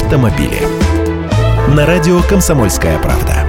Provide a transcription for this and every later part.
автомобили. На радио «Комсомольская правда».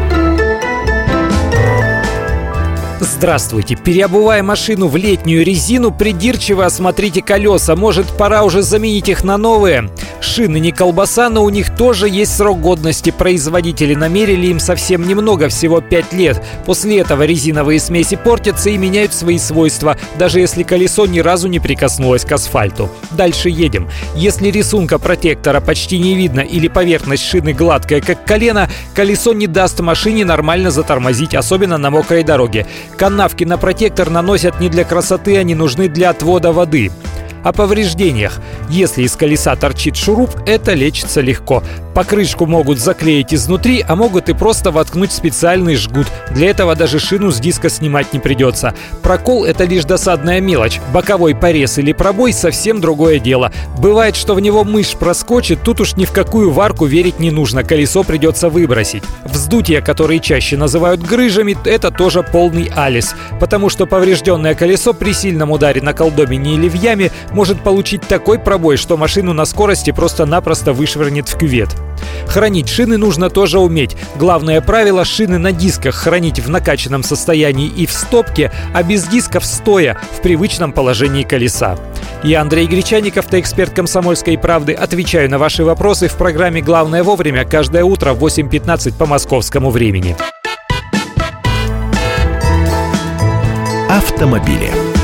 Здравствуйте. Переобувая машину в летнюю резину, придирчиво осмотрите колеса. Может, пора уже заменить их на новые? Шины не колбаса, но у них тоже есть срок годности. Производители намерили им совсем немного, всего 5 лет. После этого резиновые смеси портятся и меняют свои свойства, даже если колесо ни разу не прикоснулось к асфальту. Дальше едем. Если рисунка протектора почти не видно или поверхность шины гладкая, как колено, колесо не даст машине нормально затормозить, особенно на мокрой дороге. Канавки на протектор наносят не для красоты, они нужны для отвода воды. О повреждениях. Если из колеса торчит шуруп, это лечится легко. Покрышку могут заклеить изнутри, а могут и просто воткнуть специальный жгут. Для этого даже шину с диска снимать не придется. Прокол — это лишь досадная мелочь. Боковой порез или пробой — совсем другое дело. Бывает, что в него мышь проскочит, тут уж ни в какую варку верить не нужно, колесо придется выбросить. Вздутия, которые чаще называют грыжами, это тоже полный алис. Потому что поврежденное колесо при сильном ударе на колдобине или в яме может получить такой пробой, что машину на скорости просто-напросто вышвырнет в кювет. Хранить шины нужно тоже уметь. Главное правило — шины на дисках хранить в накачанном состоянии и в стопке, а без дисков стоя, в привычном положении колеса. Я, Андрей Гречаник, автоэксперт «Комсомольской правды», отвечаю на ваши вопросы в программе «Главное вовремя» каждое утро в 8:15 по московскому времени. Автомобили.